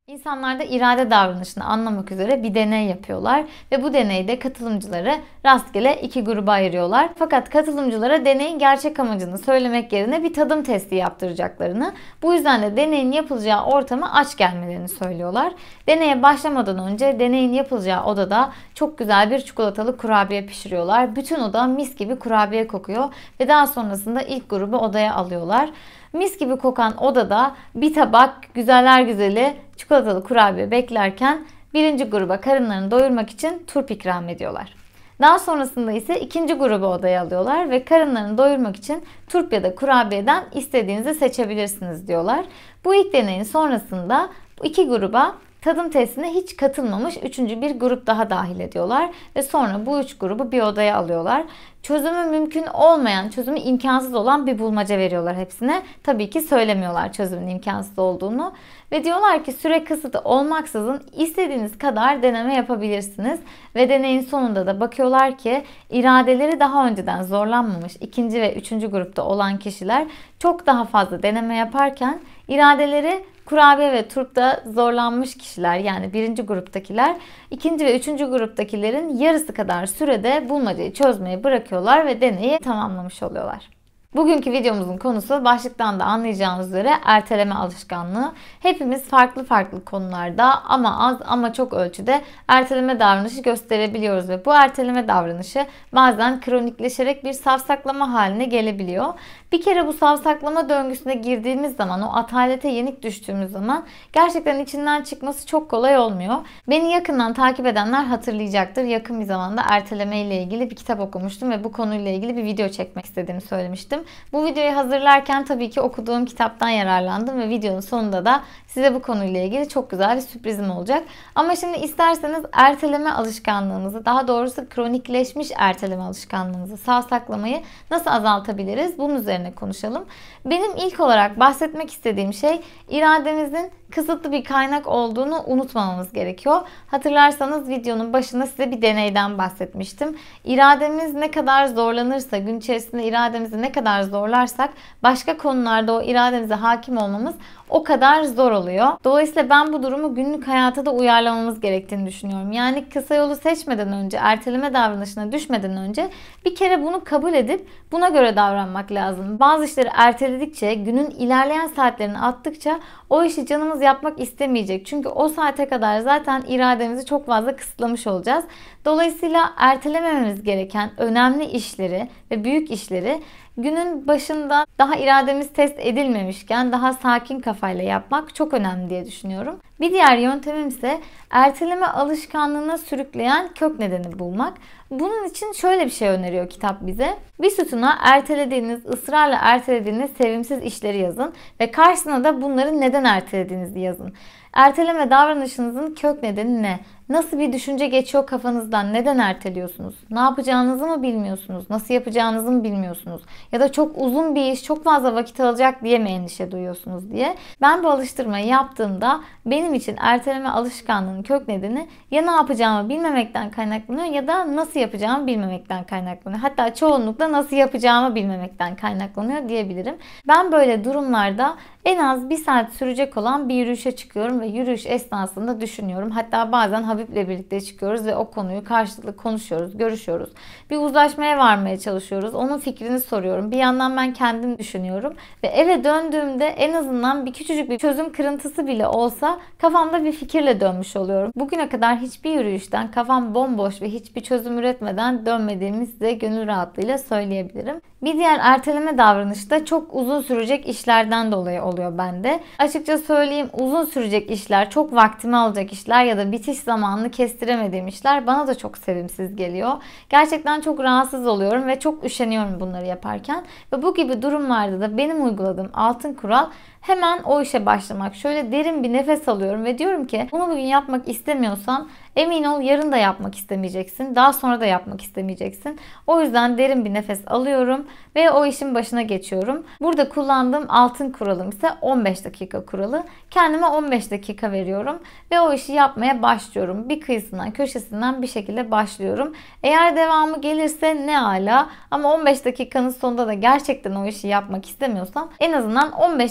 İnsanlar da irade davranışını anlamak üzere bir deney yapıyorlar ve bu deneyde katılımcıları rastgele iki gruba ayırıyorlar. Fakat katılımcılara deneyin gerçek amacını söylemek yerine bir tadım testi yaptıracaklarını, bu yüzden de deneyin yapılacağı ortama aç gelmelerini söylüyorlar. Deneye başlamadan önce deneyin yapılacağı odada çok güzel bir çikolatalı kurabiye pişiriyorlar. Bütün oda mis gibi kurabiye kokuyor ve daha sonrasında ilk grubu odaya alıyorlar. Mis gibi kokan odada bir tabak güzeller güzeli çikolatalı kurabiye beklerken birinci gruba karınlarını doyurmak için turp ikram ediyorlar. Daha sonrasında ise ikinci grubu odaya alıyorlar ve karınlarını doyurmak için turp ya da kurabiyeden istediğinizi seçebilirsiniz diyorlar. Bu ilk deneyin sonrasında bu iki gruba tadım testine hiç katılmamış üçüncü bir grup daha dahil ediyorlar ve sonra bu üç grubu bir odaya alıyorlar. Çözümü mümkün olmayan, çözümü imkansız olan bir bulmaca veriyorlar hepsine. Tabii ki söylemiyorlar çözümün imkansız olduğunu. Ve diyorlar ki süre kısıtı olmaksızın istediğiniz kadar deneme yapabilirsiniz. Ve deneyin sonunda da bakıyorlar ki iradeleri daha önceden zorlanmamış ikinci ve üçüncü grupta olan kişiler çok daha fazla deneme yaparken iradeleri kurabiye ve turpta zorlanmış kişiler, yani birinci gruptakiler ikinci ve üçüncü gruptakilerin yarısı kadar sürede bulmacayı çözmeyi bırakıyorlar ve deneyi tamamlamış oluyorlar. Bugünkü videomuzun konusu başlıktan da anlayacağınız üzere erteleme alışkanlığı. Hepimiz farklı konularda ama az ama çok ölçüde erteleme davranışı gösterebiliyoruz ve bu erteleme davranışı bazen kronikleşerek bir savsaklama haline gelebiliyor. Bir kere bu savsaklama döngüsüne girdiğimiz zaman, o atalete yenik düştüğümüz zaman gerçekten içinden çıkması çok kolay olmuyor. Beni yakından takip edenler hatırlayacaktır. Yakın bir zamanda erteleme ile ilgili bir kitap okumuştum ve bu konuyla ilgili bir video çekmek istediğimi söylemiştim. Bu videoyu hazırlarken tabii ki okuduğum kitaptan yararlandım ve videonun sonunda da size bu konuyla ilgili çok güzel bir sürprizim olacak. Ama şimdi isterseniz erteleme alışkanlığımızı, daha doğrusu kronikleşmiş erteleme alışkanlığımızı, savsaklamayı nasıl azaltabiliriz? Bunun üzerine konuşalım. Benim ilk olarak bahsetmek istediğim şey irademizin kısıtlı bir kaynak olduğunu unutmamamız gerekiyor. Hatırlarsanız videonun başında size bir deneyden bahsetmiştim. İrademiz ne kadar zorlanırsa, gün içerisinde irademizi ne kadar zorlarsak başka konularda o irademize hakim olmamız o kadar zor oluyor. Dolayısıyla ben bu durumu günlük hayata da uyarlamamız gerektiğini düşünüyorum. Yani kısa yolu seçmeden önce, erteleme davranışına düşmeden önce bir kere bunu kabul edip buna göre davranmak lazım. Bazı işleri erteledikçe, günün ilerleyen saatlerini attıkça o işi canımız yapmak istemeyecek. Çünkü o saate kadar zaten irademizi çok fazla kısıtlamış olacağız. Dolayısıyla ertelemememiz gereken önemli işleri ve büyük işleri günün başında daha irademiz test edilmemişken daha sakin kafayla yapmak çok önemli diye düşünüyorum. Bir diğer yöntemim ise erteleme alışkanlığına sürükleyen kök nedeni bulmak. Bunun için şöyle bir şey öneriyor kitap bize. Bir sütuna ertelediğiniz, ısrarla ertelediğiniz sevimsiz işleri yazın ve karşısına da bunları neden ertelediğinizi yazın. Erteleme davranışınızın kök nedeni ne? Nasıl bir düşünce geçiyor kafanızdan? Neden erteliyorsunuz? Ne yapacağınızı mı bilmiyorsunuz? Nasıl yapacağınızı mı bilmiyorsunuz? Ya da çok uzun bir iş, çok fazla vakit alacak diye mi endişe duyuyorsunuz diye. Ben bu alıştırmayı yaptığımda benim için erteleme alışkanlığının kök nedeni ya ne yapacağımı bilmemekten kaynaklanıyor ya da nasıl yapacağımı bilmemekten kaynaklanıyor. Hatta çoğunlukla nasıl yapacağımı bilmemekten kaynaklanıyor diyebilirim. Ben böyle durumlarda en az bir saat sürecek olan bir yürüyüşe çıkıyorum ve yürüyüş esnasında düşünüyorum. Hatta bazen Habib'le birlikte çıkıyoruz ve o konuyu karşılıklı konuşuyoruz, görüşüyoruz. Bir uzlaşmaya varmaya çalışıyoruz. Onun fikrini soruyorum. Bir yandan ben kendim düşünüyorum. Ve eve döndüğümde en azından bir küçücük bir çözüm kırıntısı bile olsa kafamda bir fikirle dönmüş oluyorum. Bugüne kadar hiçbir yürüyüşten kafam bomboş ve hiçbir çözüm üretmeden dönmediğimi size gönül rahatlığıyla söyleyebilirim. Bir diğer erteleme davranışı da çok uzun sürecek işlerden dolayı oluyor bende. Açıkça söyleyeyim, uzun sürecek işler, çok vaktimi alacak işler ya da bitiş zamanını kestiremediğim işler bana da çok sevimsiz geliyor. Gerçekten çok rahatsız oluyorum ve çok üşeniyorum bunları yaparken. Ve bu gibi durumlarda da benim uyguladığım altın kural hemen o işe başlamak. Şöyle derin bir nefes alıyorum ve diyorum ki bunu bugün yapmak istemiyorsan emin ol yarın da yapmak istemeyeceksin. Daha sonra da yapmak istemeyeceksin. O yüzden derin bir nefes alıyorum ve o işin başına geçiyorum. Burada kullandığım altın kuralım ise 15 dakika kuralı. Kendime 15 dakika veriyorum ve o işi yapmaya başlıyorum. Bir kıyısından, köşesinden bir şekilde başlıyorum. Eğer devamı gelirse ne ala, ama 15 dakikanın sonunda da gerçekten o işi yapmak istemiyorsam en azından 15 dakikalık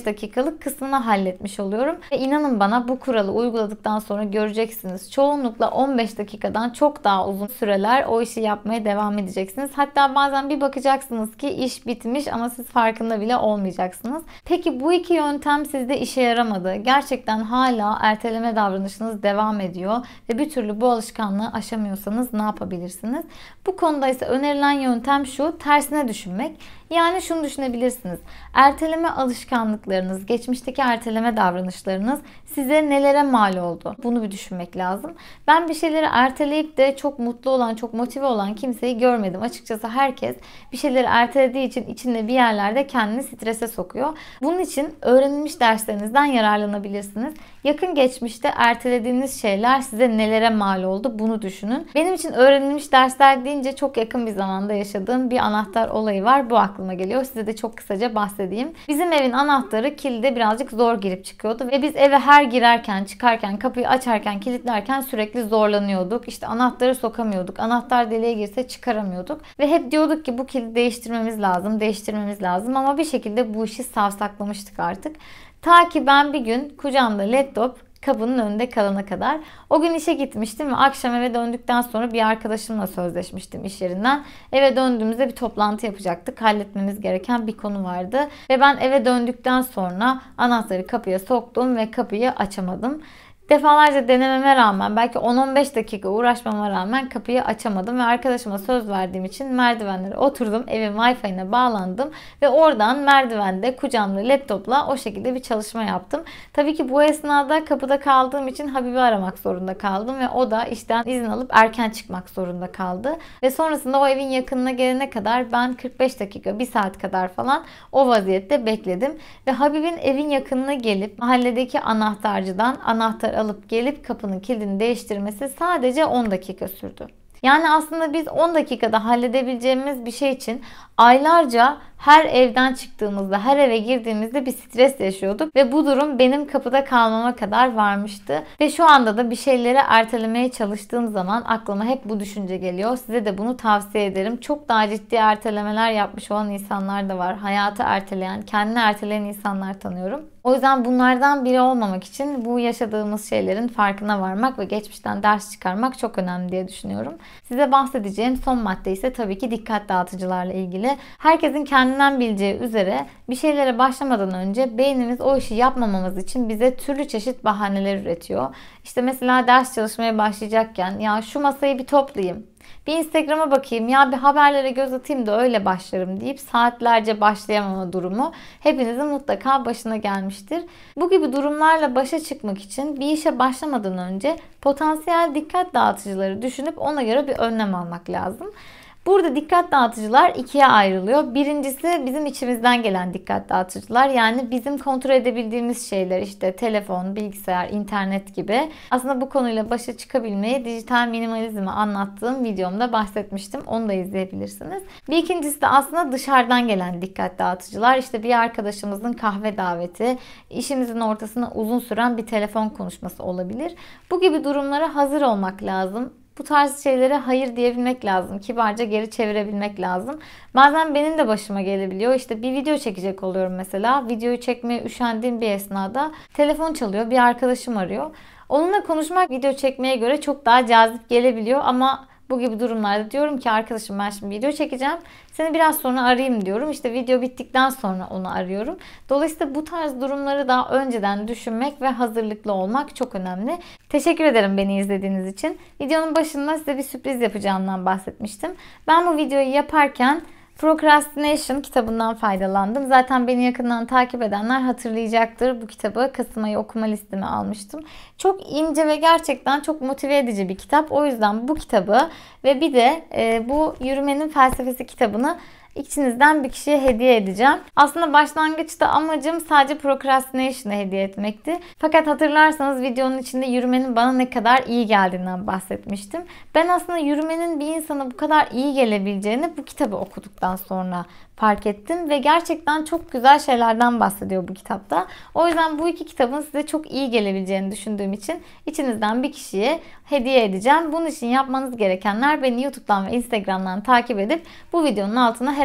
Aralık kısmını halletmiş oluyorum. Ve inanın bana, bu kuralı uyguladıktan sonra göreceksiniz. Çoğunlukla 15 dakikadan çok daha uzun süreler o işi yapmaya devam edeceksiniz. Hatta bazen bir bakacaksınız ki iş bitmiş ama siz farkında bile olmayacaksınız. Peki bu iki yöntem sizde işe yaramadı. Gerçekten hala erteleme davranışınız devam ediyor ve bir türlü bu alışkanlığı aşamıyorsanız ne yapabilirsiniz? Bu konuda ise önerilen yöntem şu: tersine düşünmek. Yani şunu düşünebilirsiniz. Erteleme alışkanlıklarınız, geçmişteki erteleme davranışlarınız size nelere mal oldu? Bunu bir düşünmek lazım. Ben bir şeyleri erteleyip de çok mutlu olan, çok motive olan kimseyi görmedim. Açıkçası herkes bir şeyleri ertelediği için içinde bir yerlerde kendini strese sokuyor. Bunun için öğrenilmiş derslerinizden yararlanabilirsiniz. Yakın geçmişte ertelediğiniz şeyler size nelere mal oldu? Bunu düşünün. Benim için öğrenilmiş dersler deyince çok yakın bir zamanda yaşadığım bir anahtar olayı var. Bu aklıma geliyor. Size de çok kısaca bahsedeyim. Bizim evin anahtarı kilide birazcık zor girip çıkıyordu ve biz eve her girerken, çıkarken, kapıyı açarken, kilitlerken sürekli zorlanıyorduk. İşte anahtarı sokamıyorduk. Anahtar deliğe girse çıkaramıyorduk ve hep diyorduk ki bu kilidi değiştirmemiz lazım, değiştirmemiz lazım, ama bir şekilde bu işi savsaklamıştık artık. Ta ki ben bir gün kucağımda laptop kapının önünde kalana kadar. O gün işe gitmiştim ve akşam eve döndükten sonra bir arkadaşımla sözleşmiştim iş yerinden. Eve döndüğümüzde bir toplantı yapacaktık. Halletmemiz gereken bir konu vardı. Ve ben eve döndükten sonra anahtarı kapıya soktum ve kapıyı açamadım. Defalarca denememe rağmen, belki 10-15 dakika uğraşmama rağmen kapıyı açamadım ve arkadaşıma söz verdiğim için merdivenlere oturdum. Evin Wi-Fi'ne bağlandım ve oradan merdivende kucağımda laptopla o şekilde bir çalışma yaptım. Tabii ki bu esnada kapıda kaldığım için Habib'i aramak zorunda kaldım ve o da işten izin alıp erken çıkmak zorunda kaldı. Ve sonrasında o evin yakınına gelene kadar ben 45 dakika, 1 saat kadar falan o vaziyette bekledim. Ve Habib'in evin yakınına gelip mahalledeki anahtarcıdan anahtar alıp gelip kapının kilidini değiştirmesi sadece 10 dakika sürdü. Yani aslında biz 10 dakikada halledebileceğimiz bir şey için aylarca her evden çıktığımızda, her eve girdiğimizde bir stres yaşıyorduk ve bu durum benim kapıda kalmama kadar varmıştı. Ve şu anda da bir şeyleri ertelemeye çalıştığım zaman aklıma hep bu düşünce geliyor. Size de bunu tavsiye ederim. Çok daha ciddi ertelemeler yapmış olan insanlar da var. Hayatı erteleyen, kendini erteleyen insanlar tanıyorum. O yüzden bunlardan biri olmamak için bu yaşadığımız şeylerin farkına varmak ve geçmişten ders çıkarmak çok önemli diye düşünüyorum. Size bahsedeceğim son madde ise tabii ki dikkat dağıtıcılarla ilgili. Herkesin kendinden bileceği üzere bir şeylere başlamadan önce beynimiz o işi yapmamamız için bize türlü çeşit bahaneler üretiyor. İşte mesela ders çalışmaya başlayacakken ya şu masayı bir toplayayım, bir Instagram'a bakayım, ya bir haberlere göz atayım da öyle başlarım deyip saatlerce başlayamama durumu hepinizin mutlaka başına gelmiştir. Bu gibi durumlarla başa çıkmak için bir işe başlamadan önce potansiyel dikkat dağıtıcıları düşünüp ona göre bir önlem almak lazım. Burada dikkat dağıtıcılar ikiye ayrılıyor. Birincisi bizim içimizden gelen dikkat dağıtıcılar. Yani bizim kontrol edebildiğimiz şeyler, işte telefon, bilgisayar, internet gibi. Aslında bu konuyla başa çıkabilmeyi dijital minimalizmi anlattığım videomda bahsetmiştim. Onu da izleyebilirsiniz. Bir ikincisi de aslında dışarıdan gelen dikkat dağıtıcılar. İşte bir arkadaşımızın kahve daveti, işimizin ortasında uzun süren bir telefon konuşması olabilir. Bu gibi durumlara hazır olmak lazım. Bu tarz şeylere hayır diyebilmek lazım. Kibarca geri çevirebilmek lazım. Bazen benim de başıma gelebiliyor. İşte bir video çekecek oluyorum mesela. Videoyu çekmeye üşendiğim bir esnada telefon çalıyor. Bir arkadaşım arıyor. Onunla konuşmak video çekmeye göre çok daha cazip gelebiliyor ama bu gibi durumlarda diyorum ki arkadaşım ben şimdi video çekeceğim. Seni biraz sonra arayayım diyorum. İşte video bittikten sonra onu arıyorum. Dolayısıyla bu tarz durumları daha önceden düşünmek ve hazırlıklı olmak çok önemli. Teşekkür ederim beni izlediğiniz için. Videonun başında size bir sürpriz yapacağımdan bahsetmiştim. Ben bu videoyu yaparken Procrastination kitabından faydalandım. Zaten beni yakından takip edenler hatırlayacaktır. Bu kitabı Kasım ayı okuma listeme almıştım. Çok ince ve gerçekten çok motive edici bir kitap. O yüzden bu kitabı ve bir de bu Yürümenin Felsefesi kitabını İçinizden bir kişiye hediye edeceğim. Aslında başlangıçta amacım sadece Procrastination'ı hediye etmekti. Fakat hatırlarsanız videonun içinde yürümenin bana ne kadar iyi geldiğinden bahsetmiştim. Ben aslında yürümenin bir insana bu kadar iyi gelebileceğini bu kitabı okuduktan sonra fark ettim ve gerçekten çok güzel şeylerden bahsediyor bu kitapta. O yüzden bu iki kitabın size çok iyi gelebileceğini düşündüğüm için içinizden bir kişiye hediye edeceğim. Bunun için yapmanız gerekenler beni YouTube'dan ve Instagram'dan takip edip bu videonun altına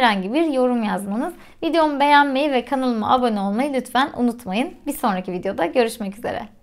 herhangi bir yorum yazmanız. Videomu beğenmeyi ve kanalıma abone olmayı lütfen unutmayın. Bir sonraki videoda görüşmek üzere.